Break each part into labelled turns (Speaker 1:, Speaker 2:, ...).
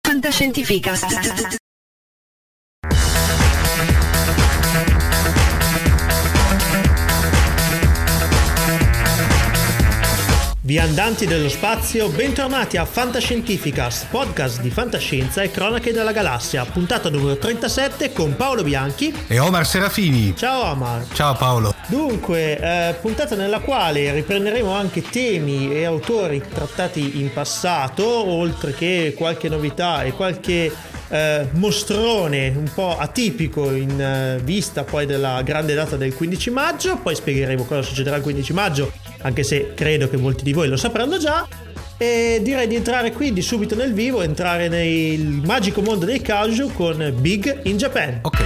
Speaker 1: Fantascientificast.
Speaker 2: Viandanti dello spazio, bentornati a Fantascientificast, podcast di fantascienza e cronache della galassia, puntata numero 37 con Paolo Bianchi
Speaker 3: e Omar Serafini.
Speaker 2: Ciao Omar.
Speaker 3: Ciao Paolo.
Speaker 2: Dunque, puntata nella quale riprenderemo anche temi e autori trattati in passato, oltre che qualche novità e qualche mostrone un po' atipico in vista poi della grande data del 15 maggio. Poi spiegheremo cosa succederà il 15 maggio, anche se credo che molti di voi lo sapranno già. E direi di entrare quindi subito nel vivo, entrare nel magico mondo dei kaiju con Big in Japan.
Speaker 3: Ok.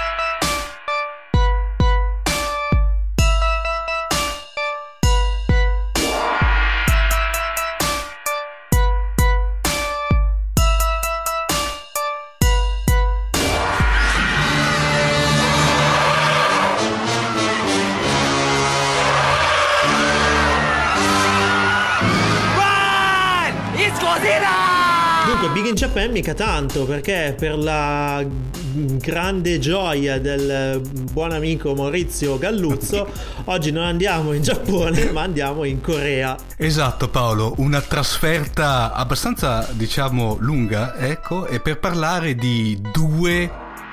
Speaker 2: Big in Japan mica tanto, perché per la grande gioia del buon amico Maurizio Galluzzo oggi non andiamo in Giappone ma andiamo in Corea.
Speaker 3: Esatto Paolo, una trasferta abbastanza diciamo lunga, ecco, e per parlare di due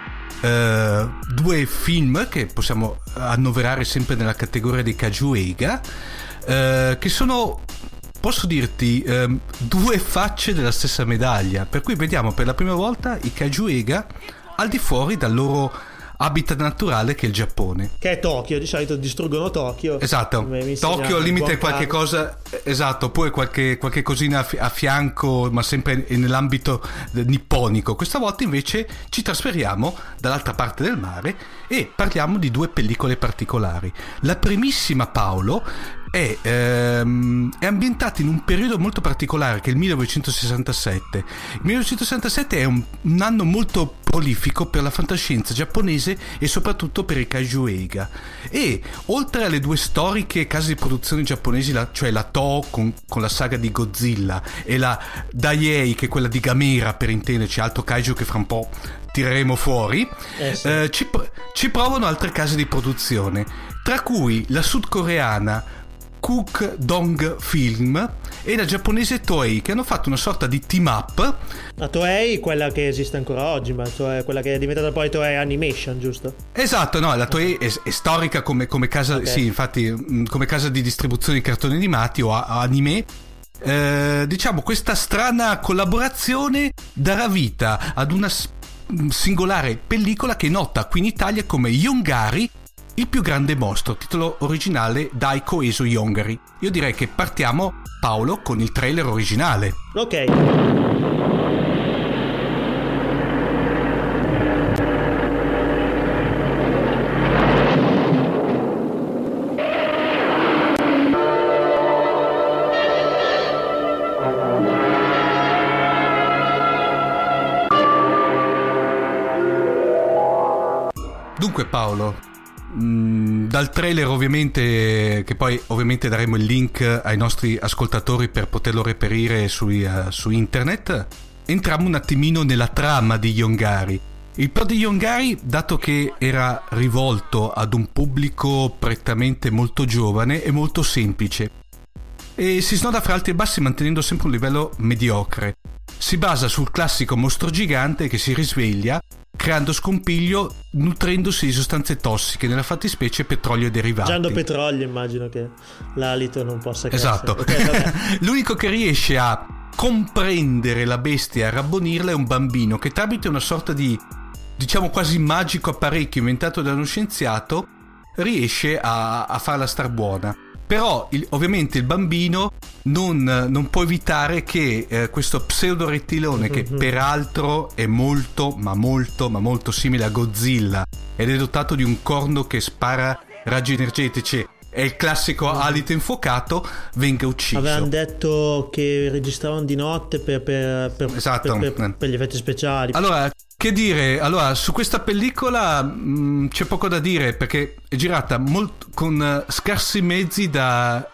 Speaker 3: film che possiamo annoverare sempre nella categoria dei kaiju eiga, che sono, posso dirti, due facce della stessa medaglia, per cui vediamo per la prima volta i kaiju eiga al di fuori dal loro habitat naturale, che è il Giappone,
Speaker 2: che è Tokyo. Di solito distruggono Tokyo.
Speaker 3: Esatto, Tokyo al limite qualche cosa, esatto, poi qualche cosina a fianco, ma sempre nell'ambito nipponico. Questa volta invece ci trasferiamo dall'altra parte del mare e parliamo di due pellicole particolari. La primissima, Paolo, è ambientata in un periodo molto particolare, che è il 1967. Il 1967 è un anno molto prolifico per la fantascienza giapponese e soprattutto per i kaiju eiga, e oltre alle due storiche case di produzione giapponesi, cioè la Toho con la saga di Godzilla e la Daiei, che è quella di Gamera, per intenderci, altro kaiju che fra un po' tireremo fuori, sì. Ci provano altre case di produzione, tra cui la sudcoreana Kuk Dong Film e la giapponese Toei, che hanno fatto una sorta di team up.
Speaker 2: La Toei, quella che esiste ancora oggi, ma quella che è diventata poi Toei Animation, giusto?
Speaker 3: Esatto, no, la Toei è storica come casa, okay. Sì, infatti, come casa di distribuzione di cartoni animati o anime. Diciamo, questa strana collaborazione darà vita ad una singolare pellicola che è nota qui in Italia come Yongari, il più grande mostro, titolo originale Daiko Eizo Yongari. Io direi che partiamo, Paolo, con il trailer originale.
Speaker 2: Ok.
Speaker 3: Dunque Paolo, dal trailer ovviamente, che poi ovviamente daremo il link ai nostri ascoltatori per poterlo reperire su internet, entriamo un attimino nella trama di Yongari. Il plot di Yongari, dato che era rivolto ad un pubblico prettamente molto giovane, è molto semplice e si snoda fra alti e bassi mantenendo sempre un livello mediocre. Si basa sul classico mostro gigante che si risveglia creando scompiglio nutrendosi di sostanze tossiche, nella fattispecie petrolio e derivati.
Speaker 2: Mangiando petrolio, immagino che l'alito non possa crescere.
Speaker 3: Esatto.
Speaker 2: Okay,
Speaker 3: l'unico che riesce a comprendere la bestia e a rabbonirla è un bambino che, tramite una sorta di, diciamo, quasi magico apparecchio inventato da uno scienziato, riesce a farla star buona. Però ovviamente il bambino non può evitare che questo pseudo rettilone, che peraltro è molto simile a Godzilla ed è dotato di un corno che spara raggi energetici, è il classico alito infuocato, venga ucciso.
Speaker 2: Avevano detto che registravano di notte per gli effetti speciali.
Speaker 3: Allora, che dire, su questa pellicola c'è poco da dire, perché è girata con scarsi mezzi da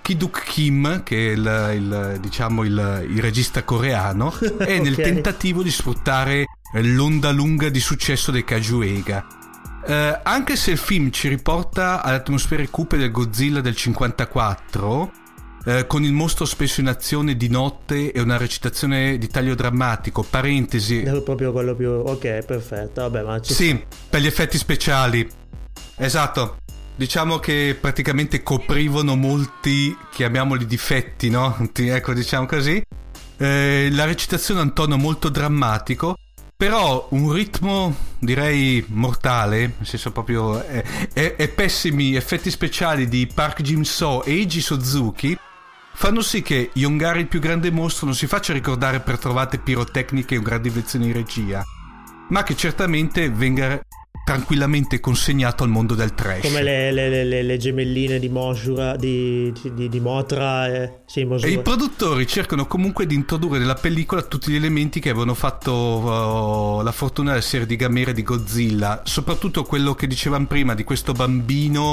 Speaker 3: Ki-duk Kim, che è il regista coreano, è nel tentativo di sfruttare l'onda lunga di successo dei Kaiju Eiga. Anche se il film ci riporta alle atmosfere cupe del Godzilla del 54, con il mostro spesso in azione di notte e una recitazione di taglio drammatico, parentesi,
Speaker 2: è proprio quello più ok, perfetto, vabbè, ma
Speaker 3: sì, per gli effetti speciali, esatto, diciamo che praticamente coprivano molti, chiamiamoli difetti, no? Ecco, diciamo così. La recitazione ha un tono molto drammatico, però un ritmo direi mortale, nel senso proprio è pessimi effetti speciali di Park Jin-soo e Eiji Suzuki fanno sì che Yongari, il più grande mostro, non si faccia ricordare per trovate pirotecniche e un grande invenzione in regia, ma che certamente venga tranquillamente consegnato al mondo del trash, come
Speaker 2: le gemelline di Mosura, di Mothra, sì, Mosura.
Speaker 3: E i produttori cercano comunque di introdurre nella pellicola tutti gli elementi che avevano fatto la fortuna della serie di Gamera di Godzilla, soprattutto quello che dicevamo prima di questo bambino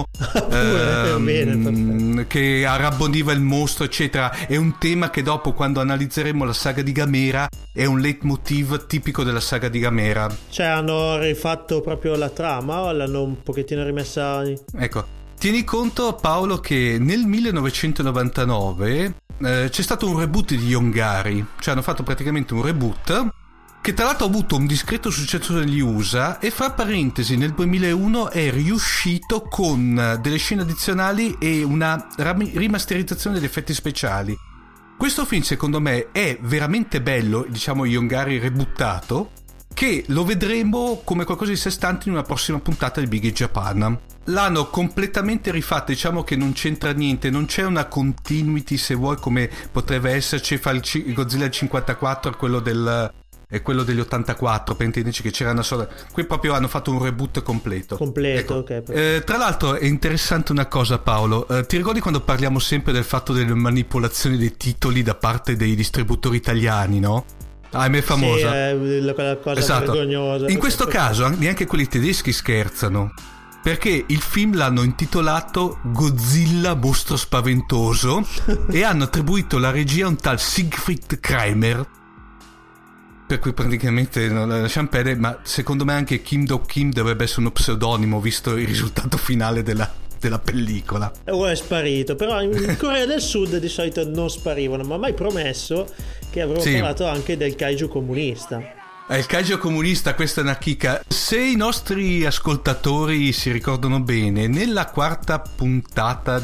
Speaker 3: che arrabboniva il mostro, eccetera. È un tema che dopo, quando analizzeremo la saga di Gamera, è un leitmotiv tipico della saga di Gamera.
Speaker 2: Cioè hanno rifatto proprio la trama o l'hanno un pochettino rimessa?
Speaker 3: Ecco, tieni conto, Paolo, che nel 1999 c'è stato un reboot di Yongari, cioè hanno fatto praticamente un reboot che tra l'altro ha avuto un discreto successo negli USA e fra parentesi nel 2001 è riuscito con delle scene addizionali e una rimasterizzazione degli effetti speciali. Questo film secondo me è veramente bello, diciamo Yongari rebuttato, che lo vedremo come qualcosa di sé stante in una prossima puntata di Big in Japan. L'hanno completamente rifatto, diciamo che non c'entra niente, non c'è una continuity, se vuoi, come potrebbe esserci fra il Godzilla del 54 e quello degli 84, per intenderci, che c'era una sola. Qui proprio hanno fatto un reboot completo,
Speaker 2: ecco.
Speaker 3: Ok. Tra l'altro è interessante una cosa, Paolo, ti ricordi quando parliamo sempre del fatto delle manipolazioni dei titoli da parte dei distributori italiani, no? È famosa.
Speaker 2: Sì, quella cosa, esatto, vergognosa.
Speaker 3: In questo caso neanche quelli tedeschi scherzano, perché il film l'hanno intitolato Godzilla mostro spaventoso e hanno attribuito la regia a un tal Siegfried Kramer, per cui praticamente non la lasciamo perdere, ma secondo me anche Kim Do-Kim dovrebbe essere uno pseudonimo visto il risultato finale della pellicola.
Speaker 2: Ora è sparito, però in Corea del Sud di solito non sparivano, ma mai promesso che avremmo parlato anche del kaiju comunista.
Speaker 3: Il kaiju comunista, questa è una chicca. Se i nostri ascoltatori si ricordano bene, nella quarta puntata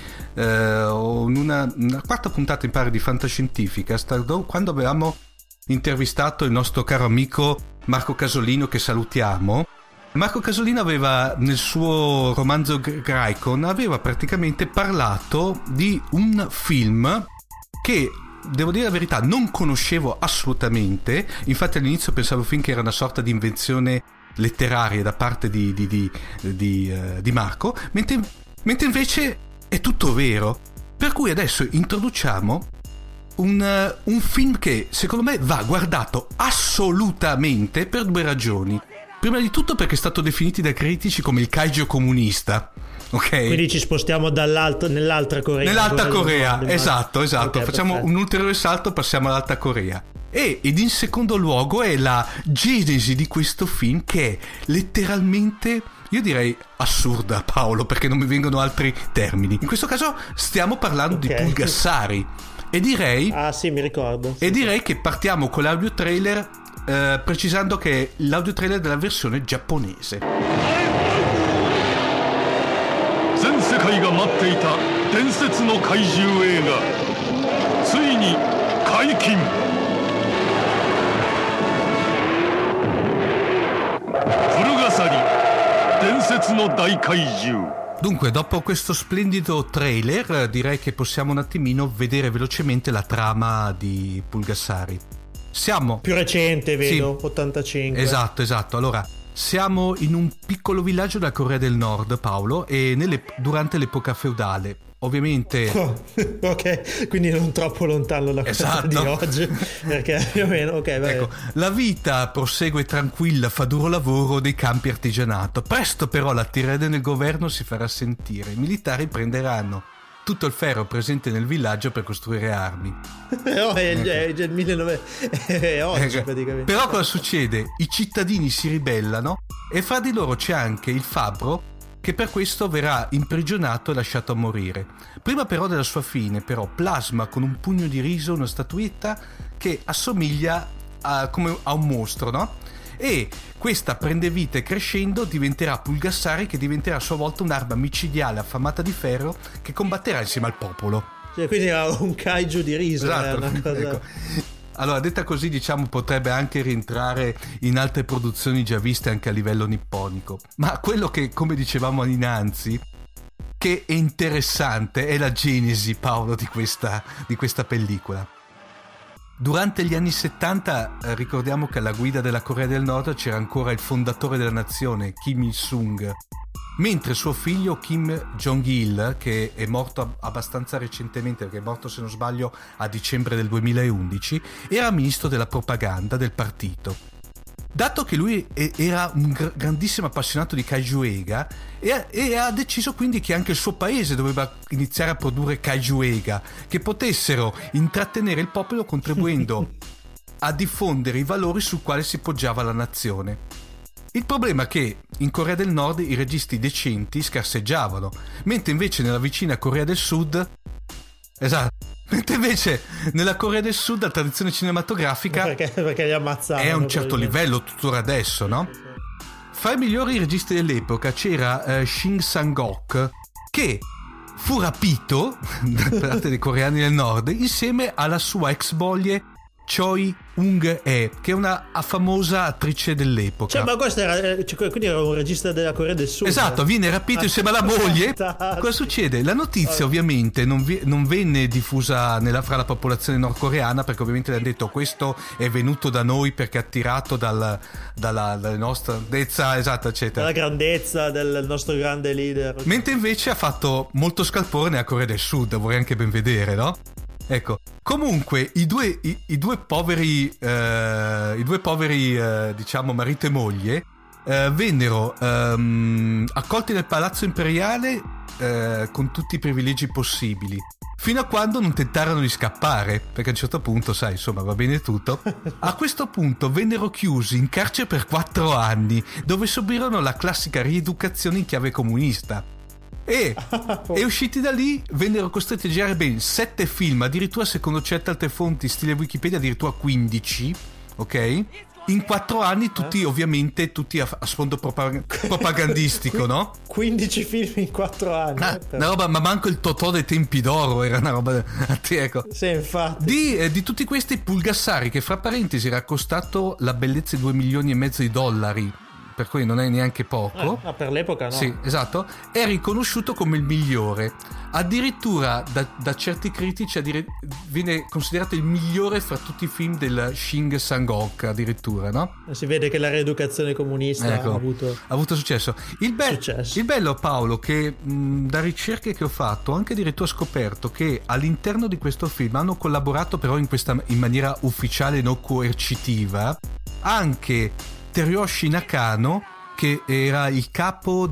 Speaker 3: una quarta puntata mi pare di Fantascientifica, quando avevamo intervistato il nostro caro amico Marco Casolino, che salutiamo. Marco Casolino aveva nel suo romanzo Graikon aveva praticamente parlato di un film che, devo dire la verità, non conoscevo assolutamente. Infatti all'inizio pensavo fin che era una sorta di invenzione letteraria da parte di Marco, mentre invece è tutto vero. Per cui adesso introduciamo un film che secondo me va guardato assolutamente per due ragioni. Prima di tutto perché è stato definito dai critici come il kaiju comunista. Ok.
Speaker 2: Quindi ci spostiamo nell'altra Corea.
Speaker 3: Nell'Alta Corea, esatto. Okay, facciamo perfetto. Un ulteriore salto, passiamo all'Alta Corea. Ed in secondo luogo è la genesi di questo film, che è letteralmente, io direi assurda, Paolo, perché non mi vengono altri termini. In questo caso stiamo parlando di Pulgasari. E direi...
Speaker 2: Ah sì, mi ricordo.
Speaker 3: E direi che partiamo con l'audio trailer, precisando che è l'audio trailer della versione giapponese.
Speaker 1: 全世界が待っていた伝説の怪獣映画ついに解禁。古笠伝説の大怪獣。
Speaker 3: Dunque, dopo questo splendido trailer, direi che possiamo un attimino vedere velocemente la trama di Pulgasari. Siamo
Speaker 2: più recente, vedo, sì. 85.
Speaker 3: Esatto. Allora, siamo in un piccolo villaggio della Corea del Nord, Paolo, e durante l'epoca feudale. Ovviamente
Speaker 2: ok, quindi non troppo lontano da quella di oggi, perché più o meno, ok, vai.
Speaker 3: Ecco, la vita prosegue tranquilla, fa duro lavoro dei campi artigianato. Presto però la tirade del governo si farà sentire. I militari prenderanno tutto il ferro presente nel villaggio per costruire armi.
Speaker 2: È il 1900 praticamente.
Speaker 3: Però cosa succede? I cittadini si ribellano e fra di loro c'è anche il fabbro, che per questo verrà imprigionato e lasciato a morire. Prima però della sua fine, però, plasma con un pugno di riso una statuetta che assomiglia come a un mostro, no? E questa prende vita e crescendo diventerà Pulgassari, che diventerà a sua volta un'arma micidiale affamata di ferro che combatterà insieme al popolo.
Speaker 2: Cioè, quindi era un kaiju di riso.
Speaker 3: Esatto,
Speaker 2: una cosa...
Speaker 3: ecco. Allora, detta così, diciamo, potrebbe anche rientrare in altre produzioni già viste anche a livello nipponico. Ma quello che, come dicevamo innanzi, che è interessante è la genesi, Paolo, di questa pellicola. Durante gli anni 70 ricordiamo che alla guida della Corea del Nord c'era ancora il fondatore della nazione, Kim Il-sung, mentre suo figlio Kim Jong-il, che è morto abbastanza recentemente, perché è morto, se non sbaglio, a dicembre del 2011, era ministro della propaganda del partito. Dato che lui era un grandissimo appassionato di kaiju Eiga, e ha deciso quindi che anche il suo paese doveva iniziare a produrre kaiju Eiga che potessero intrattenere il popolo, contribuendo a diffondere i valori su quali si poggiava la nazione. Il problema è che in Corea del Nord i registi decenti scarseggiavano, mentre invece nella vicina Corea del Sud, mentre invece nella Corea del Sud la tradizione cinematografica
Speaker 2: perché li ammazzavano,
Speaker 3: è a un certo livello tuttora adesso, no? Fra i migliori registi dell'epoca c'era Shin Sang-ok, che fu rapito da parte dei coreani del Nord insieme alla sua ex moglie Choi Ung-e, che è una famosa attrice dell'epoca.
Speaker 2: Cioè, ma questo quindi era un regista della Corea del Sud.
Speaker 3: Esatto, viene rapito insieme alla moglie. Cosa succede? La notizia ovviamente non venne diffusa fra la popolazione nordcoreana, perché ovviamente le hanno detto questo è venuto da noi perché è attirato dalla nostra grandezza, esatto, eccetera,
Speaker 2: dalla grandezza del nostro grande leader.
Speaker 3: Mentre invece ha fatto molto scalpore nella Corea del Sud, vorrei anche ben vedere, no? Ecco, comunque i due poveri diciamo marito e moglie vennero accolti nel palazzo imperiale con tutti i privilegi possibili, fino a quando non tentarono di scappare, perché a un certo punto, sai, insomma, va bene tutto. A questo punto vennero chiusi in carcere per 4 anni, dove subirono la classica rieducazione in chiave comunista. E usciti da lì vennero costretti a girare ben 7 film, addirittura secondo certe altre fonti stile Wikipedia addirittura 15, ok? In 4 anni, tutti ovviamente a sfondo propagandistico, no?
Speaker 2: 15 film in 4 anni.
Speaker 3: Una roba, ma manco il Totò dei tempi d'oro era una roba, ecco.
Speaker 2: Sì, infatti.
Speaker 3: Di tutti questi, Pulgassari, che fra parentesi era costato la bellezza di $2,5 milioni di dollari, per cui non è neanche poco.
Speaker 2: Per l'epoca no.
Speaker 3: Sì, esatto. È riconosciuto come il migliore. Addirittura da certi critici viene considerato il migliore fra tutti i film del Shin Sang-ok, addirittura, no?
Speaker 2: Si vede che la rieducazione comunista ha
Speaker 3: avuto successo. Il bello, Paolo, che da ricerche che ho fatto ho anche addirittura scoperto che all'interno di questo film hanno collaborato, però in maniera ufficiale, non coercitiva, anche Teruyoshi Nakano, che era il capo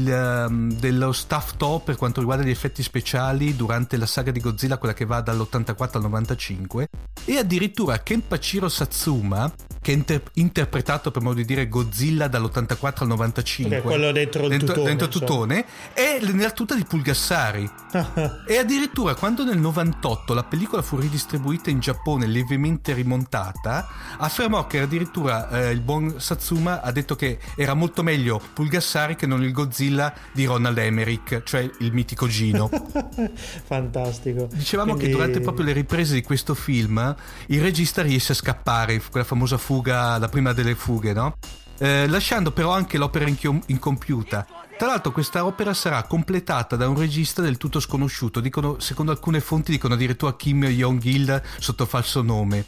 Speaker 3: dello staff top per quanto riguarda gli effetti speciali durante la saga di Godzilla, quella che va dall'84 al 95, e addirittura Kenpachiro Satsuma, che è interpretato, per modo di dire, Godzilla dall'84 al 95,
Speaker 2: quello dentro
Speaker 3: tutone, è nella tuta di Pulgassari. E addirittura quando nel 98 la pellicola fu ridistribuita in Giappone, lievemente rimontata, affermò che addirittura il buon Satsuma ha detto che era molto meglio Pulgassari che non il Godzilla di Ronald Emmerich, cioè il mitico Gino.
Speaker 2: Fantastico.
Speaker 3: Dicevamo che durante proprio le riprese di questo film il regista riesce a scappare, quella famosa fuga, la prima delle fughe, no? Lasciando però anche l'opera incompiuta. Tra l'altro questa opera sarà completata da un regista del tutto sconosciuto, secondo alcune fonti dicono addirittura Kim Jong-il sotto falso nome.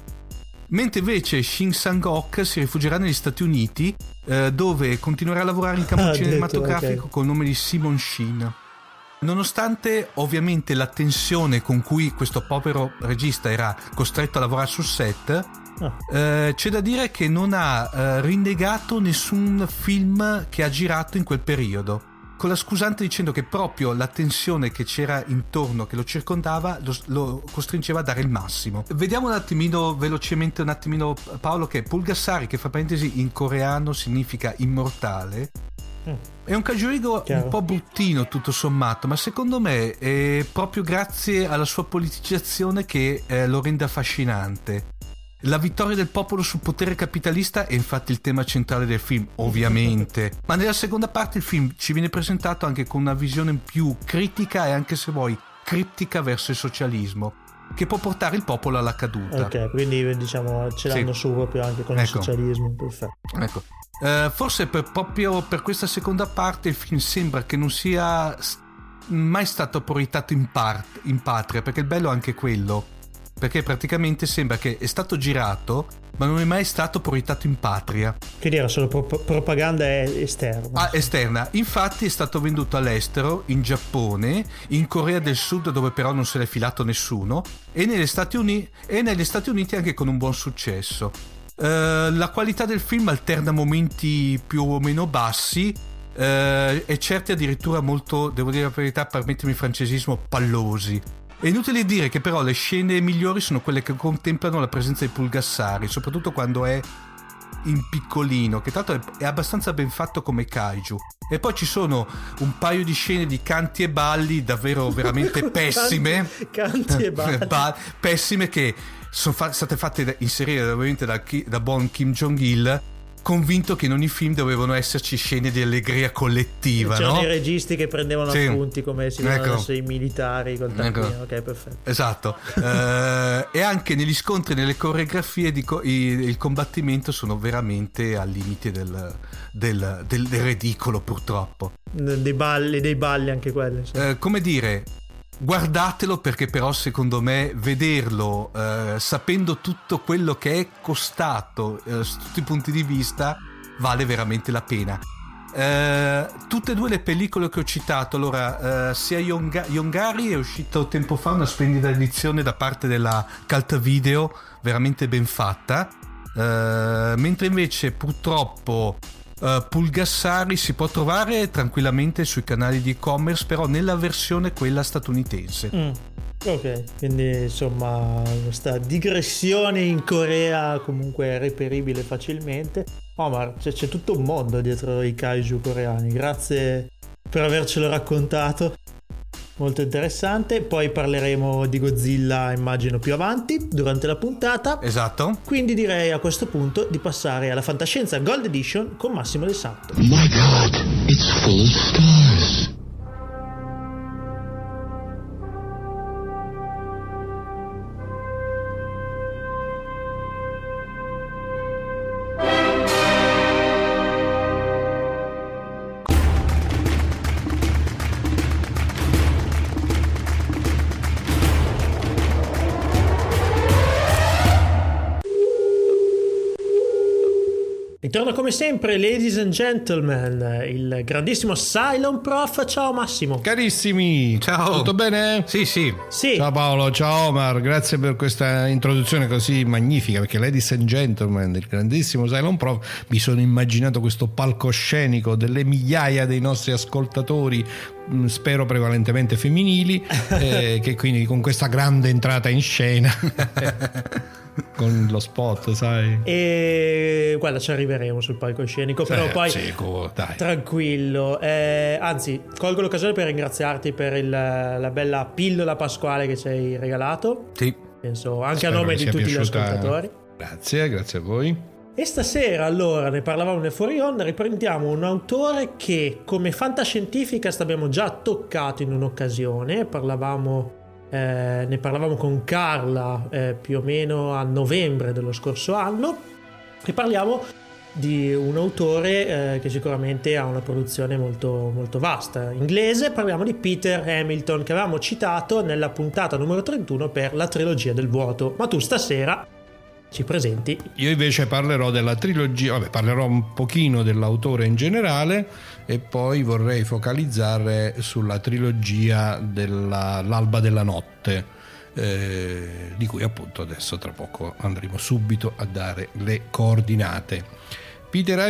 Speaker 3: Mentre invece Shin Sang-ok si rifugierà negli Stati Uniti, dove continuerà a lavorare in campo cinematografico col nome di Simon Shin. Nonostante ovviamente la tensione con cui questo povero regista era costretto a lavorare sul set, c'è da dire che non ha rinnegato nessun film che ha girato in quel periodo. con la scusante dicendo che proprio la tensione che c'era intorno, che lo circondava, lo costringeva a dare il massimo. Vediamo un attimino velocemente Paolo, che Pulgasari, che fra parentesi in coreano significa immortale, è un kaiju un po' bruttino tutto sommato, ma secondo me è proprio grazie alla sua politicizzazione che lo rende affascinante. La vittoria del popolo sul potere capitalista è infatti il tema centrale del film, ovviamente, ma nella seconda parte il film ci viene presentato anche con una visione più critica e anche, se vuoi, criptica verso il socialismo, che può portare il popolo alla caduta.
Speaker 2: Ok, quindi diciamo ce l'hanno su proprio anche con il socialismo. Perfetto.
Speaker 3: Ecco. Forse proprio per questa seconda parte il film sembra che non sia mai stato proiettato in patria, perché il bello è anche quello, perché praticamente sembra che è stato girato ma non è mai stato proiettato in patria,
Speaker 2: quindi era solo propaganda esterna.
Speaker 3: Esterna. Infatti è stato venduto all'estero, in Giappone, in Corea del Sud, dove però non se l'è filato nessuno, e negli Stati Uniti anche con un buon successo. La qualità del film alterna momenti più o meno bassi e certi addirittura molto, devo dire la verità, permettermi il francesismo, pallosi. È inutile dire che però le scene migliori sono quelle che contemplano la presenza di Pulgasari, soprattutto quando è in piccolino, che tra l'altro è abbastanza ben fatto come kaiju. E poi ci sono un paio di scene di canti e balli davvero veramente pessime.
Speaker 2: Canti e balli
Speaker 3: pessime, che sono state fatte inserire ovviamente da buon Kim Jong-il, convinto che in ogni film dovevano esserci scene di allegria collettiva.
Speaker 2: C'erano i registi che prendevano appunti, come si dicono adesso i militari col taccuino. Ok, perfetto.
Speaker 3: Esatto. E anche negli scontri, nelle coreografie il combattimento sono veramente al limite del ridicolo, purtroppo.
Speaker 2: Dei balli anche quelli.
Speaker 3: Come dire, guardatelo, perché però secondo me vederlo sapendo tutto quello che è costato su tutti i punti di vista vale veramente la pena. Tutte e due le pellicole che ho citato, allora sia Yongari è uscito tempo fa, una splendida edizione da parte della Cult Video, veramente ben fatta, mentre invece purtroppo Pulgasari si può trovare tranquillamente sui canali di e-commerce, però nella versione quella statunitense.
Speaker 2: Ok, quindi insomma questa digressione in Corea comunque è reperibile facilmente. Ma c'è tutto un mondo dietro i kaiju coreani. Grazie per avercelo raccontato, molto interessante. Poi parleremo di Godzilla, immagino, più avanti durante la puntata.
Speaker 3: Esatto.
Speaker 2: Quindi direi a questo punto di passare alla fantascienza Gold Edition con Massimo Del Santo.
Speaker 4: My God, it's full of stars.
Speaker 2: Ritorno come sempre, ladies and gentlemen, il grandissimo Cylon Prof. Ciao Massimo.
Speaker 5: Carissimi,
Speaker 3: ciao.
Speaker 5: Tutto bene?
Speaker 3: Sì.
Speaker 5: Ciao Paolo, ciao Omar, grazie per questa introduzione così magnifica, perché ladies and gentlemen, il grandissimo Cylon Prof. Mi sono immaginato questo palcoscenico delle migliaia dei nostri ascoltatori, spero prevalentemente femminili, che quindi con questa grande entrata in scena con lo spot, sai.
Speaker 2: E guarda, ci arriveremo sul palcoscenico, però poi
Speaker 5: dai.
Speaker 2: Tranquillo. Anzi, colgo l'occasione per ringraziarti per la bella pillola pasquale che ci hai regalato.
Speaker 3: Sì.
Speaker 2: Penso anche
Speaker 5: Spero
Speaker 2: a nome
Speaker 5: che
Speaker 2: di
Speaker 5: sia
Speaker 2: tutti
Speaker 5: piaciuta.
Speaker 2: gli ascoltatori.
Speaker 5: Grazie a voi.
Speaker 2: E stasera, allora, ne parlavamo nel fuori onda, riprendiamo un autore che come fantascientifica abbiamo già toccato in un'occasione. Ne parlavamo con Carla più o meno a novembre dello scorso anno, e parliamo di un autore che sicuramente ha una produzione molto, molto vasta, inglese. Parliamo di Peter Hamilton, che avevamo citato nella puntata numero 31 per la trilogia del vuoto, ma tu stasera ci presenti.
Speaker 5: Io invece parlerò della trilogia, parlerò un pochino dell'autore in generale e poi vorrei focalizzare sulla trilogia dell'Alba della Notte, di cui appunto adesso tra poco andremo subito a dare le coordinate. Peter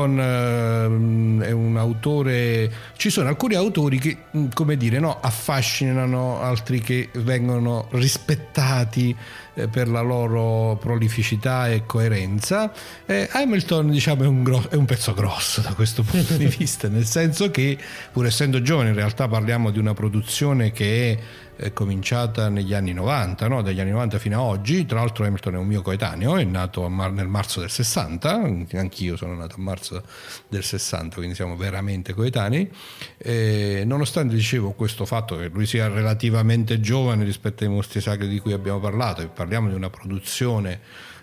Speaker 5: Hamilton è un autore, ci sono alcuni autori che, come dire, no, affascinano, altri che vengono rispettati per la loro prolificità e coerenza. Hamilton, diciamo, è un pezzo grosso da questo punto di vista, nel senso che, pur essendo giovane, in realtà parliamo di una produzione che è cominciata negli anni 90, no? Dagli anni 90 fino a oggi. Tra l'altro Hamilton è un mio coetaneo, è nato nel marzo del 60, anch'io sono nato a marzo del 60, quindi siamo veramente coetanei. Nonostante, dicevo, questo fatto che lui sia relativamente giovane rispetto ai mostri sacri di cui abbiamo parlato, e parliamo di una produzione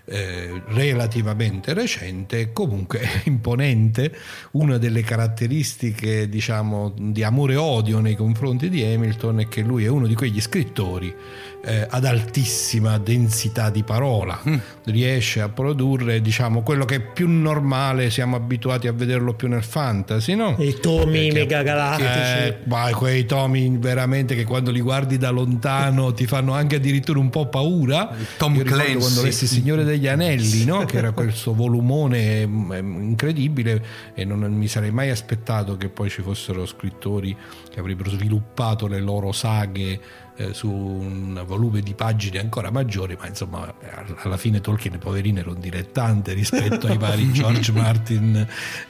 Speaker 5: relativamente recente, comunque imponente. Una delle caratteristiche, diciamo, di amore e odio nei confronti di Hamilton è che lui è uno di quegli scrittori ad altissima densità di parola, riesce a produrre, diciamo, quello che è più normale, siamo abituati a vederlo più nel fantasy, no?
Speaker 2: I tomi megagalattici,
Speaker 5: quei tomi veramente che quando li guardi da lontano ti fanno anche addirittura un po' paura.
Speaker 3: Tom Clancy,
Speaker 5: quando lessi Il Signore degli Anelli, no? Che era questo volumone incredibile, e non mi sarei mai aspettato che poi ci fossero scrittori che avrebbero sviluppato le loro saghe su un volume di pagine ancora maggiori, ma insomma alla fine Tolkien, poverino, era un dilettante rispetto ai vari George Martin,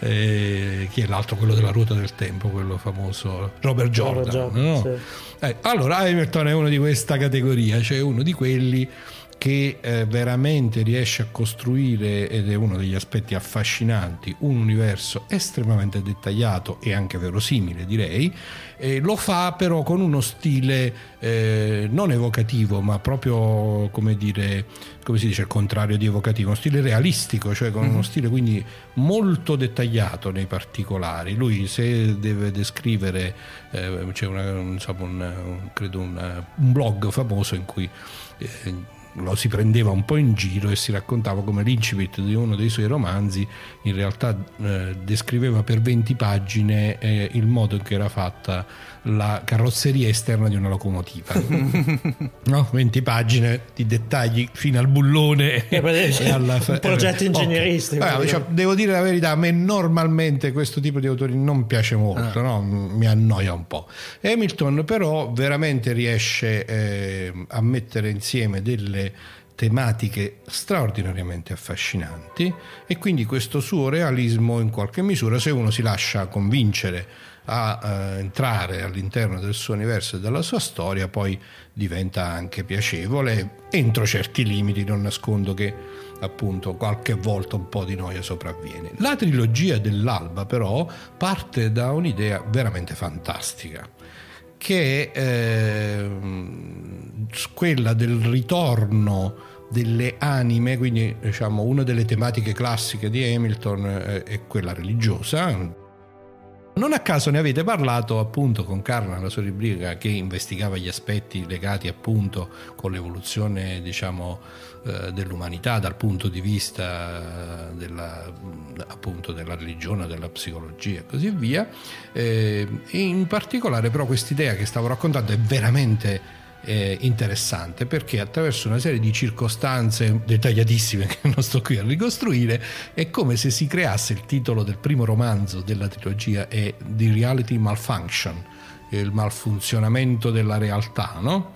Speaker 5: chi è l'altro, quello della Ruota del Tempo, quello famoso, Robert Jordan, no? Sì. Allora Hamilton è uno di questa categoria, cioè uno di quelli che veramente riesce a costruire, ed è uno degli aspetti affascinanti, un universo estremamente dettagliato e anche verosimile, direi. Lo fa però con uno stile non evocativo, ma proprio, come dire, come si dice, il contrario di evocativo, uno stile realistico, cioè con uno stile quindi molto dettagliato nei particolari. Lui, se deve descrivere, c'è credo un blog famoso in cui lo si prendeva un po' in giro e si raccontava come l'incipit di uno dei suoi romanzi in realtà descriveva per 20 pagine il modo in cui era fatta la carrozzeria esterna di una locomotiva. No? 20 pagine di dettagli fino al bullone e
Speaker 2: un progetto ingegneristico.
Speaker 5: Okay. Cioè, devo dire la verità, a me normalmente questo tipo di autori non piace molto, no? Mi annoia un po'. Hamilton però veramente riesce a mettere insieme delle tematiche straordinariamente affascinanti, e quindi questo suo realismo, in qualche misura, se uno si lascia convincere a entrare all'interno del suo universo e della sua storia, poi diventa anche piacevole entro certi limiti. Non nascondo che appunto qualche volta un po' di noia sopravviene. La trilogia dell'Alba però parte da un'idea veramente fantastica, che è quella del ritorno delle anime. Quindi, diciamo, una delle tematiche classiche di Hamilton è quella religiosa. Non a caso ne avete parlato appunto con Carla, la sua rubrica che investigava gli aspetti legati appunto con l'evoluzione, diciamo, dell'umanità dal punto di vista appunto della religione, della psicologia e così via. E in particolare però quest'idea che stavo raccontando è veramente interessante, perché attraverso una serie di circostanze dettagliatissime che non sto qui a ricostruire è come se si creasse, il titolo del primo romanzo della trilogia è The Reality Malfunction, il malfunzionamento della realtà, no?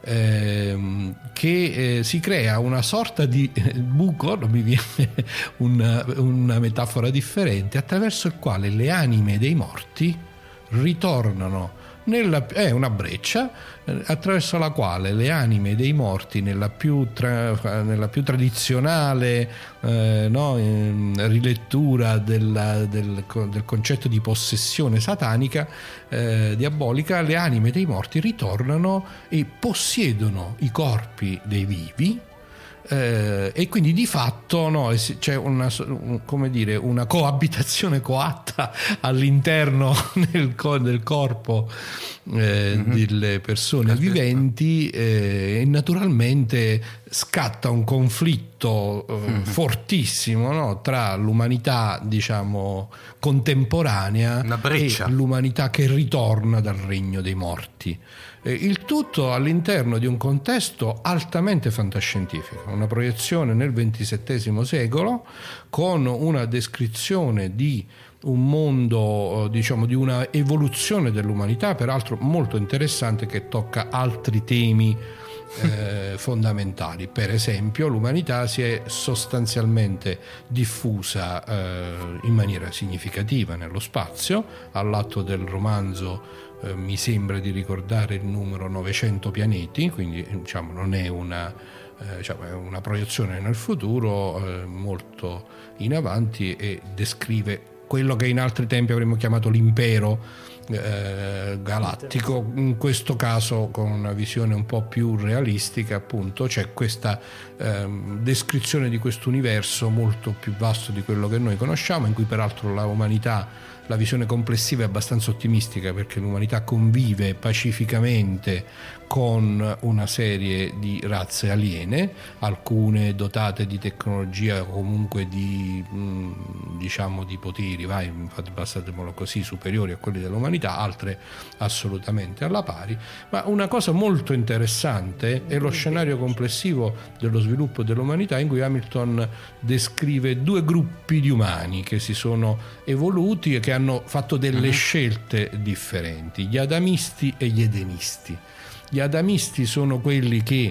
Speaker 5: Che si crea una sorta di buco, non mi viene una metafora differente, attraverso il quale le anime dei morti ritornano è una breccia attraverso la quale le anime dei morti nella più tradizionale rilettura del concetto di possessione satanica diabolica, le anime dei morti ritornano e possiedono i corpi dei vivi. E quindi di fatto c'è una coabitazione coatta all'interno del corpo delle persone viventi, e naturalmente scatta un conflitto fortissimo, tra l'umanità, diciamo, contemporanea e l'umanità che ritorna dal regno dei morti. Il tutto all'interno di un contesto altamente fantascientifico, una proiezione nel XXVII secolo con una descrizione di un mondo, diciamo, di una evoluzione dell'umanità, peraltro molto interessante, che tocca altri temi fondamentali. Per esempio, l'umanità si è sostanzialmente diffusa in maniera significativa nello spazio. All'atto del romanzo mi sembra di ricordare il numero 900 pianeti, quindi diciamo non è una è una proiezione nel futuro molto in avanti, e descrive quello che in altri tempi avremmo chiamato l'impero galattico. In questo caso, con una visione un po' più realistica, appunto, c'è questa descrizione di questo universo molto più vasto di quello che noi conosciamo, in cui peraltro la visione complessiva è abbastanza ottimistica, perché l'umanità convive pacificamente con una serie di razze aliene, alcune dotate di tecnologia, comunque di diciamo di poteri, passatemelo così, superiori a quelli dell'umanità, altre assolutamente alla pari. Ma una cosa molto interessante è lo scenario complessivo dello sviluppo dell'umanità, in cui Hamilton descrive due gruppi di umani che si sono evoluti e che hanno fatto delle scelte differenti: gli adamisti e gli edenisti. Gli adamisti sono quelli che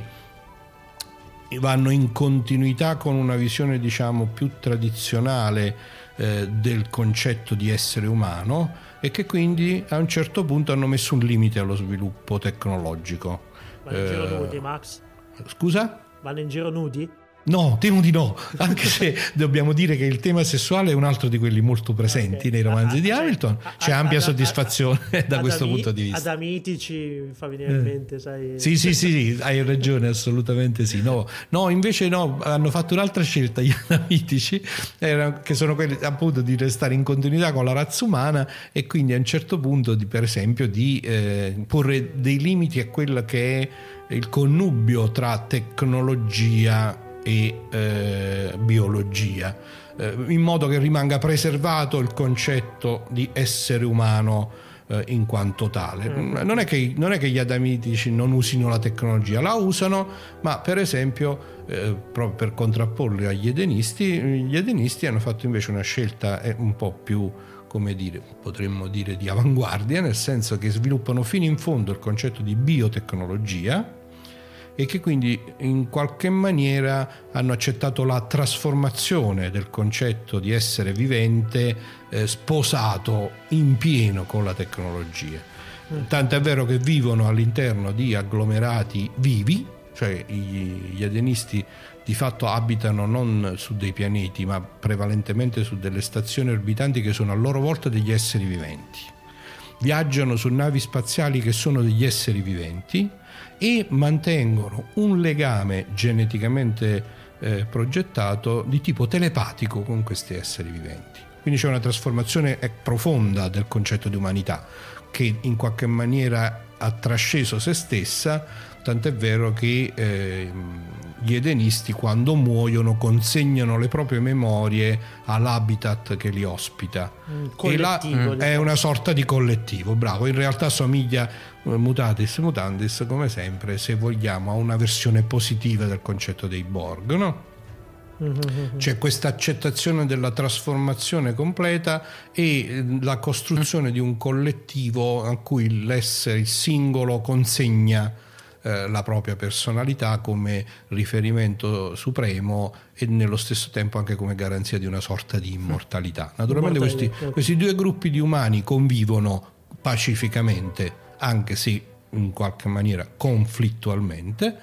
Speaker 5: vanno in continuità con una visione, diciamo, più tradizionale del concetto di essere umano, e che quindi a un certo punto hanno messo un limite allo sviluppo tecnologico.
Speaker 2: Vanno in giro nudi, Max?
Speaker 5: Scusa?
Speaker 2: Vanno in giro nudi?
Speaker 5: No, temo di no, anche se dobbiamo dire che il tema sessuale è un altro di quelli molto presenti nei romanzi di Hamilton. C'è ampia soddisfazione da questo punto di vista.
Speaker 2: Adamitici fa venire in mente, sai?
Speaker 5: Sì, hai ragione, assolutamente sì. No, invece no, hanno fatto un'altra scelta gli adamitici, che sono quelli appunto di restare in continuità con la razza umana, e quindi a un certo punto per esempio di porre dei limiti a quello che è il connubio tra tecnologia e biologia, in modo che rimanga preservato il concetto di essere umano in quanto tale. Non è che gli adamitici non usino la tecnologia, la usano, ma per esempio proprio per contrapporli agli edenisti, gli edenisti hanno fatto invece una scelta un po' più, come dire, potremmo dire di avanguardia, nel senso che sviluppano fino in fondo il concetto di biotecnologia, e che quindi in qualche maniera hanno accettato la trasformazione del concetto di essere vivente sposato in pieno con la tecnologia. Tanto è vero che vivono all'interno di agglomerati vivi, cioè gli adenisti di fatto abitano non su dei pianeti, ma prevalentemente su delle stazioni orbitanti che sono a loro volta degli esseri viventi. Viaggiano su navi spaziali che sono degli esseri viventi, e mantengono un legame geneticamente progettato di tipo telepatico con questi esseri viventi. Quindi c'è una trasformazione profonda del concetto di umanità, che in qualche maniera ha trasceso se stessa, tant'è vero che gli edenisti, quando muoiono, consegnano le proprie memorie all'habitat che li ospita, e là è una sorta di collettivo. Bravo, in realtà somiglia mutatis mutandis, come sempre, se vogliamo, a una versione positiva del concetto dei Borg, no? C'è questa accettazione della trasformazione completa e la costruzione di un collettivo a cui il singolo consegna la propria personalità come riferimento supremo, e nello stesso tempo anche come garanzia di una sorta di immortalità. Naturalmente questi due gruppi di umani convivono pacificamente, anche se in qualche maniera conflittualmente,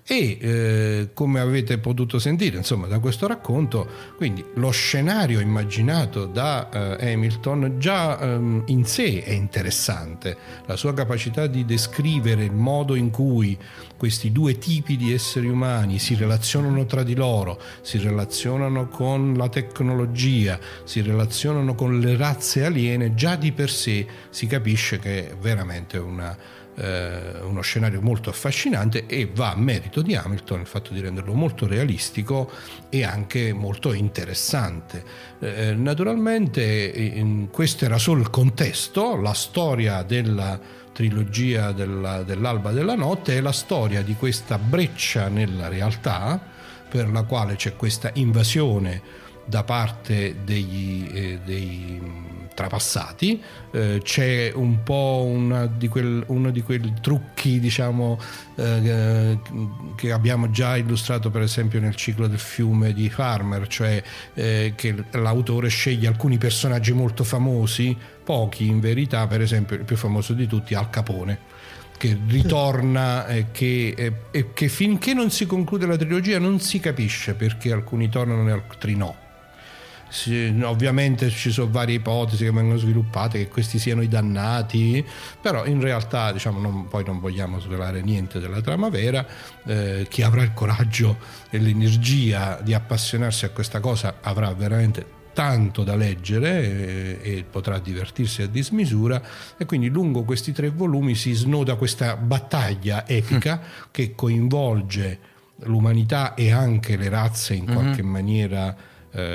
Speaker 5: e come avete potuto sentire, insomma, da questo racconto, quindi lo scenario immaginato da Hamilton già in sé è interessante. La sua capacità di descrivere il modo in cui questi due tipi di esseri umani si relazionano tra di loro, si relazionano con la tecnologia, si relazionano con le razze aliene, già di per sé si capisce che è veramente uno scenario molto affascinante, e va a merito di Hamilton il fatto di renderlo molto realistico e anche molto interessante. Naturalmente questo era solo il contesto. La storia della trilogia dell'Alba della Notte è la storia di questa breccia nella realtà per la quale c'è questa invasione da parte dei trapassati. C'è un po' uno di quei trucchi, diciamo, che abbiamo già illustrato per esempio nel ciclo del fiume di Farmer, cioè che l'autore sceglie alcuni personaggi molto famosi, pochi in verità. Per esempio il più famoso di tutti è Al Capone, che ritorna e che finché non si conclude la trilogia non si capisce perché alcuni tornano e altri no. Ovviamente ci sono varie ipotesi che vengono sviluppate, che questi siano i dannati, però in realtà, diciamo, poi non vogliamo svelare niente della trama vera. Chi avrà il coraggio e l'energia di appassionarsi a questa cosa avrà veramente tanto da leggere e potrà divertirsi a dismisura. E quindi lungo questi 3 volumi si snoda questa battaglia epica che coinvolge l'umanità e anche le razze in qualche maniera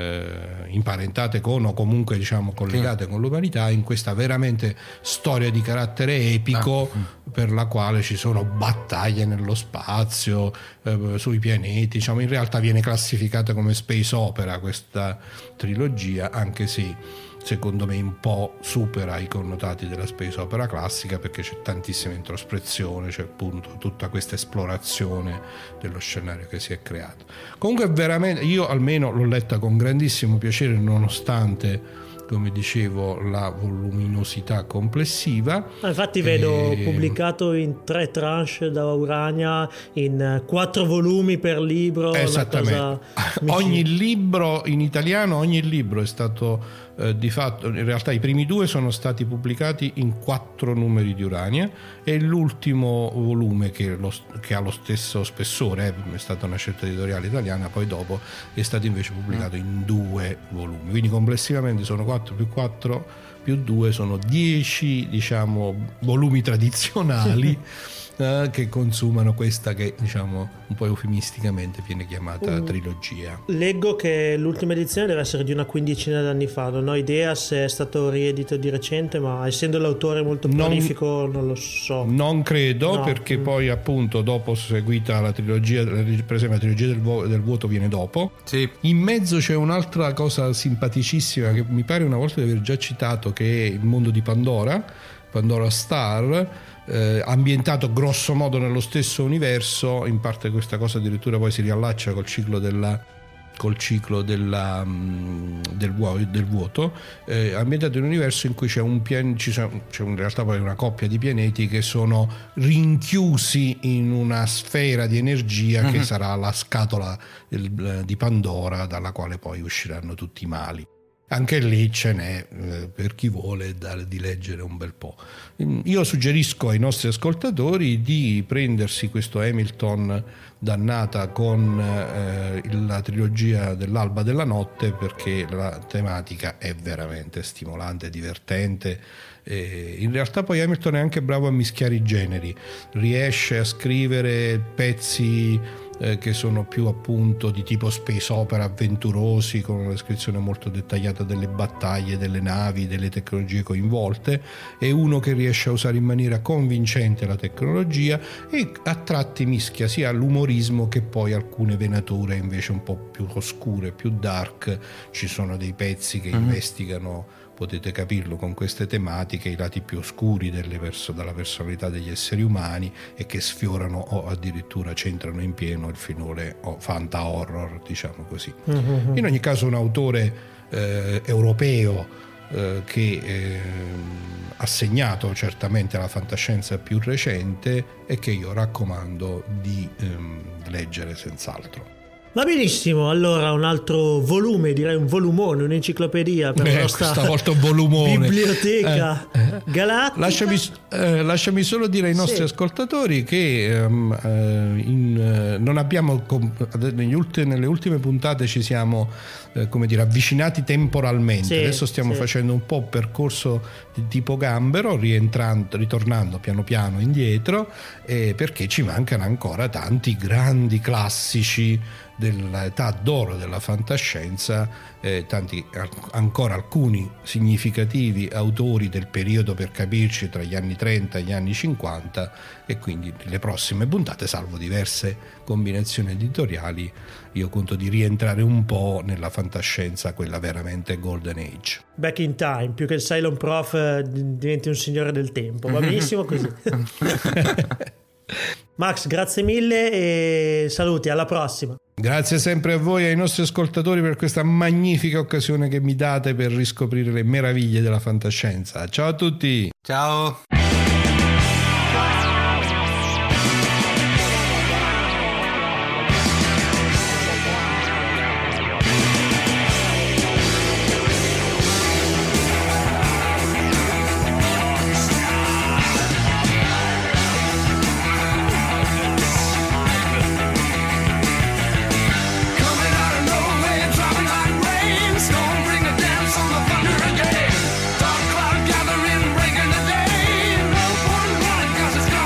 Speaker 5: imparentate con, o comunque diciamo collegate con l'umanità, in questa veramente storia di carattere epico per la quale ci sono battaglie nello spazio, sui pianeti. Diciamo, in realtà viene classificata come space opera questa trilogia, anche se secondo me un po' supera i connotati della space opera classica, perché c'è tantissima introspezione, c'è appunto tutta questa esplorazione dello scenario che si è creato. Comunque veramente, io almeno l'ho letta con grandissimo piacere, nonostante, come dicevo, la voluminosità complessiva.
Speaker 2: Infatti vedo pubblicato in 3 tranche da Urania, in 4 volumi per libro.
Speaker 5: Esattamente. Ogni libro in italiano, ogni libro è stato di fatto, in realtà i primi 2 sono stati pubblicati in 4 numeri di Urania, e l'ultimo volume che ha lo stesso spessore, è stata una scelta editoriale italiana, poi dopo è stato invece pubblicato in 2 volumi, quindi complessivamente sono 4 più 4 più 2 sono 10, diciamo, volumi tradizionali che consumano questa che, diciamo, un po' eufemisticamente viene chiamata trilogia.
Speaker 2: Leggo che l'ultima edizione deve essere di una quindicina d'anni fa, non ho idea se è stato riedito di recente, ma essendo l'autore molto prolifico non lo so.
Speaker 5: Non credo, no. Perché poi appunto dopo seguita la trilogia, per esempio la trilogia del vuoto viene dopo.
Speaker 3: Sì.
Speaker 5: In mezzo c'è un'altra cosa simpaticissima che mi pare una volta di aver già citato, che è il mondo di Pandora Star, ambientato grosso modo nello stesso universo. In parte questa cosa addirittura poi si riallaccia col ciclo del vuoto, ambientato in un universo in cui c'è in realtà poi una coppia di pianeti che sono rinchiusi in una sfera di energia che sarà la scatola di Pandora, dalla quale poi usciranno tutti i mali. Anche lì ce n'è per chi vuole di leggere un bel po'. Io suggerisco ai nostri ascoltatori di prendersi questo Hamilton dannata con la trilogia dell'Alba della Notte, perché la tematica è veramente stimolante, divertente. In realtà poi Hamilton è anche bravo a mischiare i generi, riesce a scrivere pezzi che sono più appunto di tipo space opera, avventurosi, con una descrizione molto dettagliata delle battaglie, delle navi, delle tecnologie coinvolte. È uno che riesce a usare in maniera convincente la tecnologia e a tratti mischia sia l'umorismo che poi alcune venature invece un po' più oscure, più dark. Ci sono dei pezzi che investigano, potete capirlo, con queste tematiche i lati più oscuri dalla personalità degli esseri umani, e che sfiorano o addirittura c'entrano in pieno il filone fanta horror, diciamo così. In ogni caso un autore europeo che ha segnato certamente la fantascienza più recente e che io raccomando di leggere senz'altro.
Speaker 2: Va benissimo, allora un altro volume, direi un volumone, un'enciclopedia per la nostra
Speaker 5: stavolta un volumone.
Speaker 2: Biblioteca galattica.
Speaker 5: Lasciami solo dire ai nostri ascoltatori che non abbiamo nelle ultime puntate ci siamo avvicinati temporalmente. Adesso stiamo facendo un po' un percorso di tipo gambero, ritornando piano piano indietro, perché ci mancano ancora tanti grandi classici dell'età d'oro della fantascienza, ancora alcuni significativi autori del periodo, per capirci, tra gli anni 30 e gli anni 50, e quindi le prossime puntate, salvo diverse combinazioni editoriali, io conto di rientrare un po' nella fantascienza, quella veramente golden age.
Speaker 2: Back in time, più che il Cylon Prof diventi un signore del tempo, va benissimo così. Max, grazie mille e saluti, alla prossima.
Speaker 5: Grazie sempre a voi e ai nostri ascoltatori per questa magnifica occasione che mi date per riscoprire le meraviglie della fantascienza. Ciao a tutti.
Speaker 3: Ciao.
Speaker 6: Dark cloud gathering, breaking the day. No one running 'cause it's gone.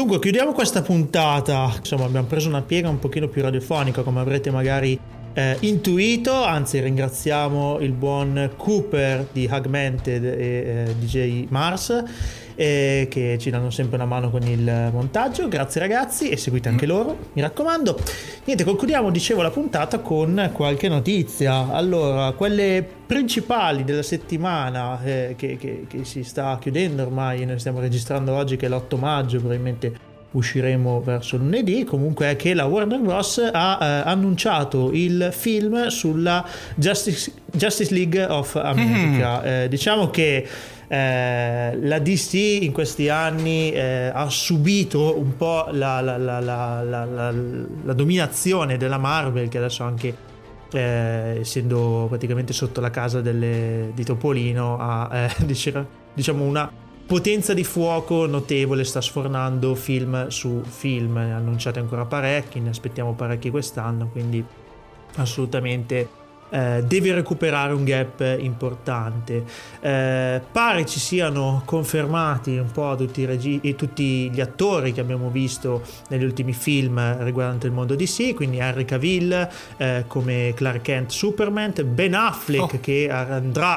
Speaker 2: Dunque, chiudiamo questa puntata. Insomma, abbiamo preso una piega un pochino più radiofonica, come avrete magari intuito. Anzi, ringraziamo il buon Cooper di Hugmented e DJ Mars, che ci danno sempre una mano con il montaggio. Grazie ragazzi, e seguite anche loro, mi raccomando. Niente, concludiamo, dicevo, la puntata con qualche notizia. Allora, quelle principali della settimana che si sta chiudendo ormai, noi stiamo registrando oggi che è l'8 maggio, probabilmente usciremo verso lunedì. Comunque è che la Warner Bros. Ha annunciato il film sulla Justice League of America. Diciamo che la DC in questi anni ha subito un po' la dominazione della Marvel, che adesso anche essendo praticamente sotto la casa di Topolino ha diciamo una potenza di fuoco notevole, sta sfornando film su film, ne ha annunciati ancora parecchi, ne aspettiamo parecchi quest'anno, quindi assolutamente deve recuperare un gap importante. Pare ci siano confermati un po' tutti gli attori che abbiamo visto negli ultimi film riguardanti il mondo DC, quindi Henry Cavill come Clark Kent Superman, Ben Affleck che andrà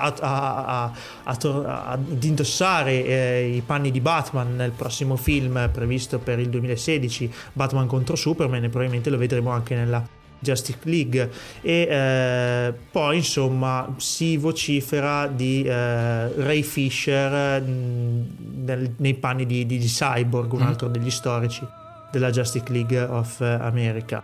Speaker 2: ad indossare i panni di Batman nel prossimo film previsto per il 2016, Batman contro Superman, e probabilmente lo vedremo anche nella Justice League. E poi insomma si vocifera di Ray Fisher nei panni di Cyborg, un altro degli storici della Justice League of America.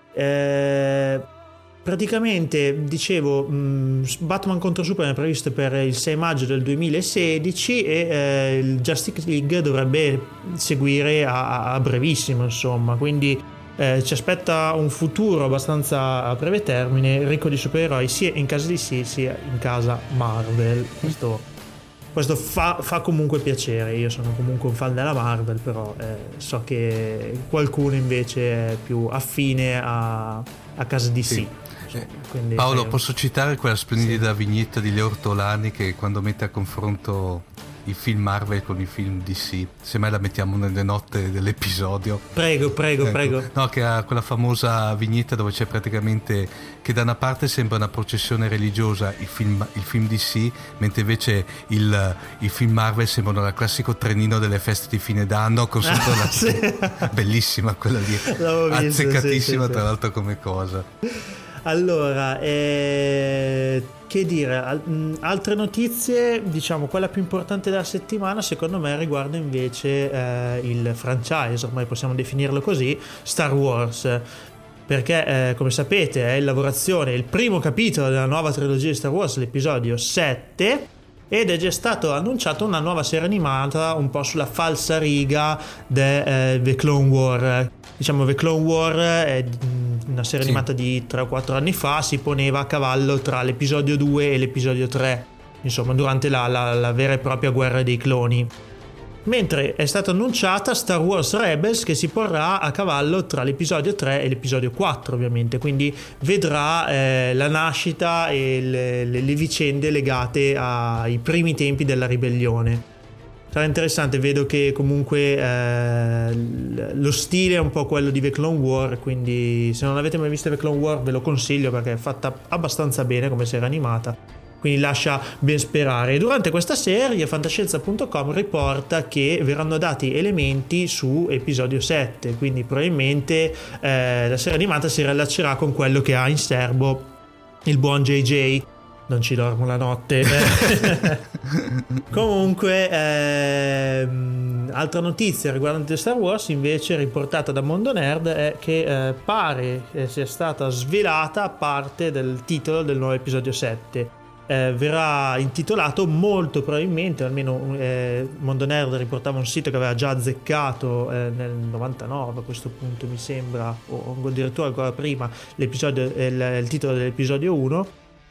Speaker 2: Praticamente dicevo, Batman contro Superman è previsto per il 6 maggio del 2016 e il Justice League dovrebbe seguire a brevissimo, insomma, quindi ci aspetta un futuro abbastanza a breve termine ricco di supereroi sia in casa DC sia in casa Marvel. Questo fa comunque piacere. Io sono comunque un fan della Marvel, però so che qualcuno invece è più affine a casa DC. Sì. Quindi,
Speaker 3: Paolo, posso citare quella splendida vignetta di Leo Ortolani che quando mette a confronto i film Marvel con i film DC, se mai la mettiamo nelle note dell'episodio.
Speaker 2: Prego.
Speaker 3: No, che ha quella famosa vignetta dove c'è praticamente che da una parte sembra una processione religiosa il film DC, mentre invece il film Marvel sembrano il classico trenino delle feste di fine d'anno con sotto la... Sì. Bellissima quella lì, azzeccatissima, sì. Tra l'altro come cosa.
Speaker 2: Allora, che dire, altre notizie, diciamo quella più importante della settimana secondo me riguarda invece il franchise, ormai possiamo definirlo così, Star Wars, perché come sapete è in lavorazione il primo capitolo della nuova trilogia di Star Wars, l'episodio 7, ed è già stato annunciato una nuova serie animata un po' sulla falsa riga The Clone War. Diciamo, The Clone War è una serie animata di 3 o 4 anni fa, si poneva a cavallo tra l'episodio 2 e l'episodio 3, insomma durante la vera e propria guerra dei cloni. Mentre è stata annunciata Star Wars Rebels, che si porrà a cavallo tra l'episodio 3 e l'episodio 4 ovviamente, quindi vedrà la nascita e le vicende legate ai primi tempi della ribellione. Sarà interessante, vedo che comunque lo stile è un po' quello di The Clone War, quindi se non avete mai visto The Clone War ve lo consiglio perché è fatta abbastanza bene come serie animata, quindi lascia ben sperare. E durante questa serie fantascienza.com riporta che verranno dati elementi su episodio 7, quindi probabilmente la serie animata si riallaccerà con quello che ha in serbo il buon JJ. Non ci dormo la notte. Comunque altra notizia riguardante Star Wars invece riportata da Mondo Nerd è che pare sia stata svelata parte del titolo del nuovo episodio 7. Verrà intitolato molto probabilmente, almeno Mondo Nerd riportava un sito che aveva già azzeccato nel 99 a questo punto mi sembra, o addirittura ancora prima, il titolo dell'episodio 1.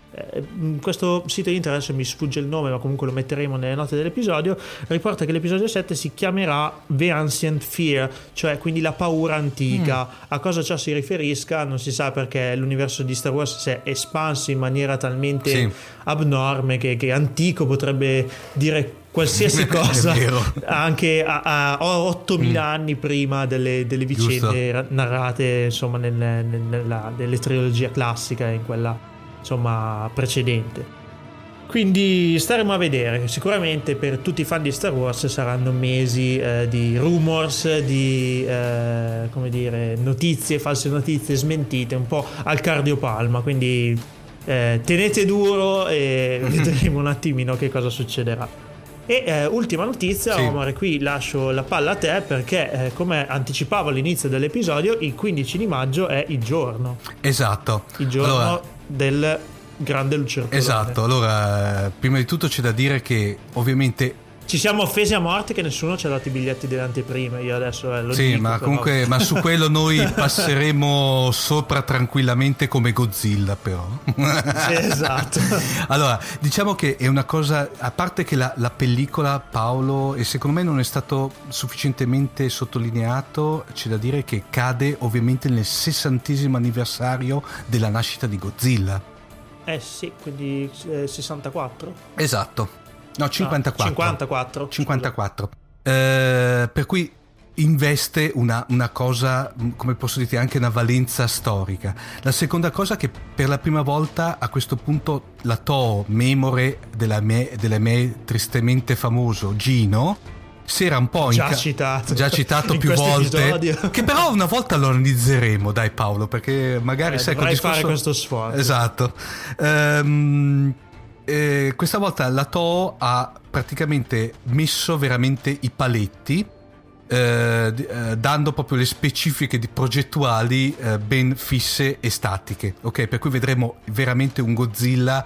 Speaker 2: questo sito internet, adesso mi sfugge il nome ma comunque lo metteremo nelle note dell'episodio, riporta che l'episodio 7 si chiamerà The Ancient Fear, cioè quindi la paura antica. A cosa ciò si riferisca non si sa, perché l'universo di Star Wars si è espanso in maniera talmente abnorme che antico potrebbe dire qualsiasi cosa anche a 8000 anni prima delle vicende narrate insomma nelle trilogia classica, in quella insomma precedente. Quindi staremo a vedere. Sicuramente per tutti i fan di Star Wars saranno mesi di rumors, di come dire, notizie, false notizie, smentite, un po' al cardiopalma, quindi tenete duro e vedremo un attimino che cosa succederà. E ultima notizia, Omar, qui lascio la palla a te, perché come anticipavo all'inizio dell'episodio, il 15 di maggio è il giorno.
Speaker 3: Esatto.
Speaker 2: Il giorno del grande lucertolone.
Speaker 3: Esatto, allora prima di tutto c'è da dire che ovviamente
Speaker 2: ci siamo offesi a morte che nessuno ci ha dato i biglietti delle anteprime. Io adesso lo dico,
Speaker 3: ma
Speaker 2: però.
Speaker 3: comunque ma su quello noi passeremo sopra tranquillamente come Godzilla, però.
Speaker 2: Sì, esatto.
Speaker 3: Allora, diciamo che è una cosa, a parte che la pellicola, Paolo, e secondo me non è stato sufficientemente sottolineato, c'è da dire che cade ovviamente nel 60° anniversario della nascita di Godzilla.
Speaker 2: Sì, quindi 64?
Speaker 3: Esatto. No, 54.
Speaker 2: 54.
Speaker 3: Per cui investe una cosa, come posso dire, anche una valenza storica. La seconda cosa, che per la prima volta a questo punto la Toho, memore della me tristemente famoso Gino, si era un po' già citato più volte episodio. Che però una volta lo analizzeremo, dai Paolo, perché magari sai
Speaker 2: dovrai fare questo sforzo.
Speaker 3: Esatto. Questa volta la Toho ha praticamente messo veramente i paletti, dando proprio le specifiche progettuali ben fisse e statiche, ok? Per cui vedremo veramente un Godzilla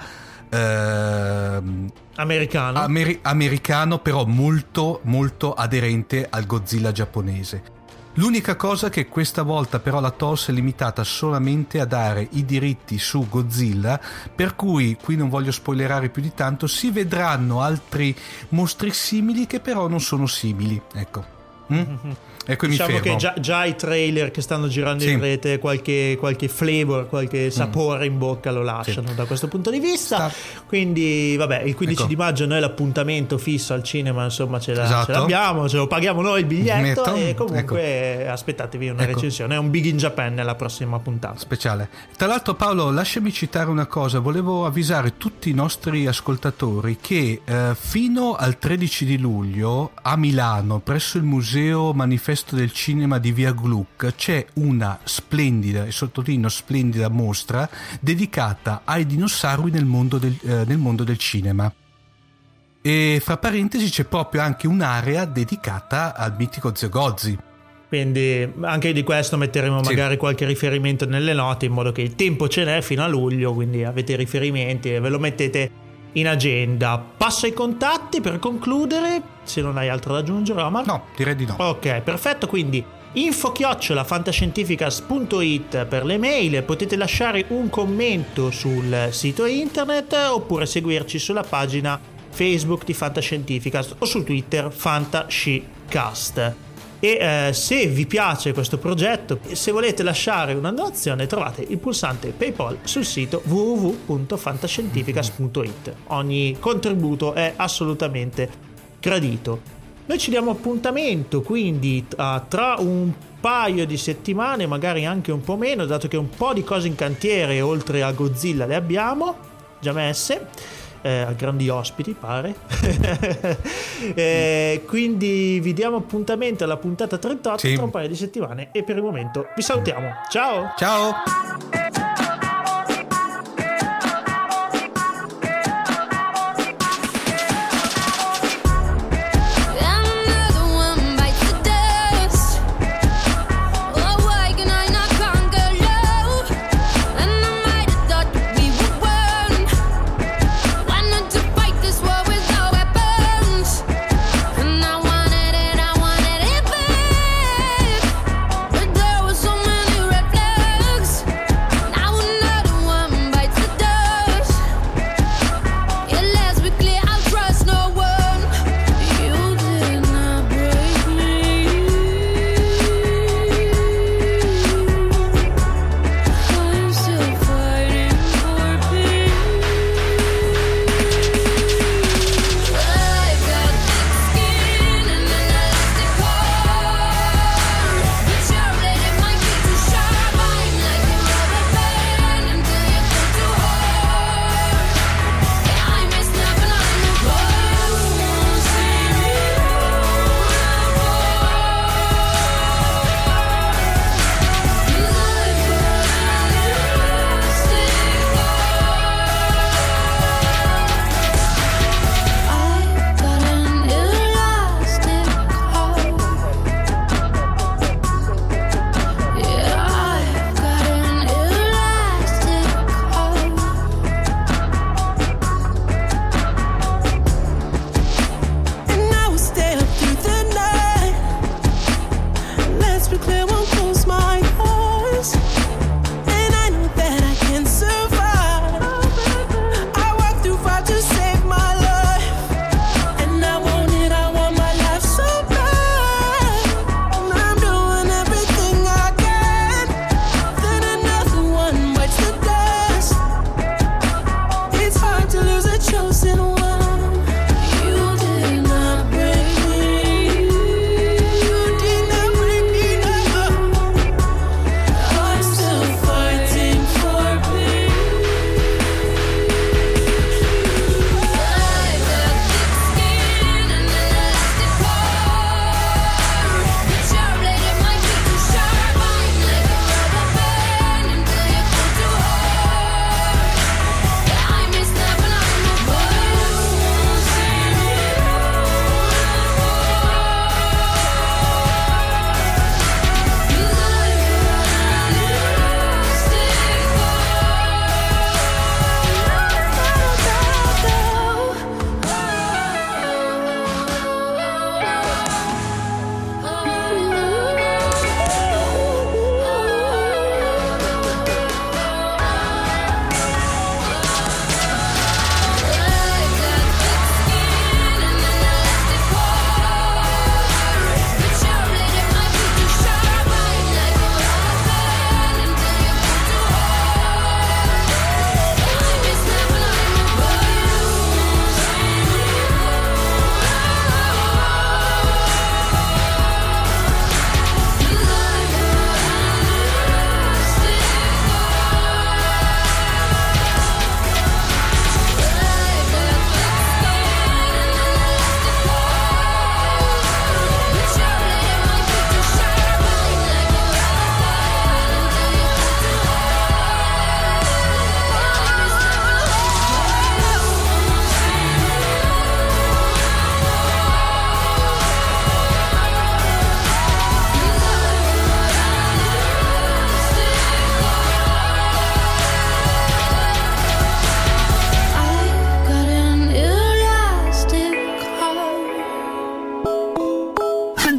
Speaker 3: americano, però molto molto aderente al Godzilla giapponese. L'unica cosa che questa volta però la Toho si è limitata solamente a dare i diritti su Godzilla, per cui qui non voglio spoilerare più di tanto, si vedranno altri mostri simili che però non sono simili, ecco. Ecco,
Speaker 2: diciamo
Speaker 3: mi fermo.
Speaker 2: che già i trailer che stanno girando in rete qualche flavor, qualche sapore in bocca lo lasciano da questo punto di vista. Quindi vabbè, il 15 di maggio noi l'appuntamento fisso al cinema insomma ce l'abbiamo, ce lo paghiamo noi il biglietto e comunque aspettatevi una recensione, è un Big in Japan nella prossima puntata
Speaker 3: speciale. Tra l'altro Paolo, lasciami citare una cosa, volevo avvisare tutti i nostri ascoltatori che fino al 13 di luglio a Milano presso il Museo Manifesto del Cinema di Via Gluck c'è una splendida, e sottolineo splendida, mostra dedicata ai dinosauri nel mondo del cinema. E fra parentesi c'è proprio anche un'area dedicata al mitico Zegozzi.
Speaker 2: Quindi anche di questo metteremo magari qualche riferimento nelle note, in modo che il tempo ce n'è fino a luglio, quindi avete riferimenti e ve lo mettete in agenda. Passo ai contatti per concludere, se non hai altro da aggiungere, Omar.
Speaker 3: No, direi di no.
Speaker 2: Ok, perfetto, quindi info@fantascientificast.it per le mail, potete lasciare un commento sul sito internet oppure seguirci sulla pagina Facebook di Fantascientificast o su Twitter Fantascicast. E se vi piace questo progetto, se volete lasciare una donazione, trovate il pulsante PayPal sul sito www.fantascientificast.it. Ogni contributo è assolutamente gradito. Noi ci diamo appuntamento quindi tra un paio di settimane, magari anche un po' meno, dato che un po' di cose in cantiere oltre a Godzilla le abbiamo già messe. Grandi ospiti pare. Quindi vi diamo appuntamento alla puntata 38 tra un paio di settimane e per il momento vi salutiamo. Ciao.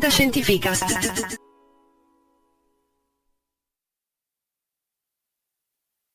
Speaker 6: Fantascientifica.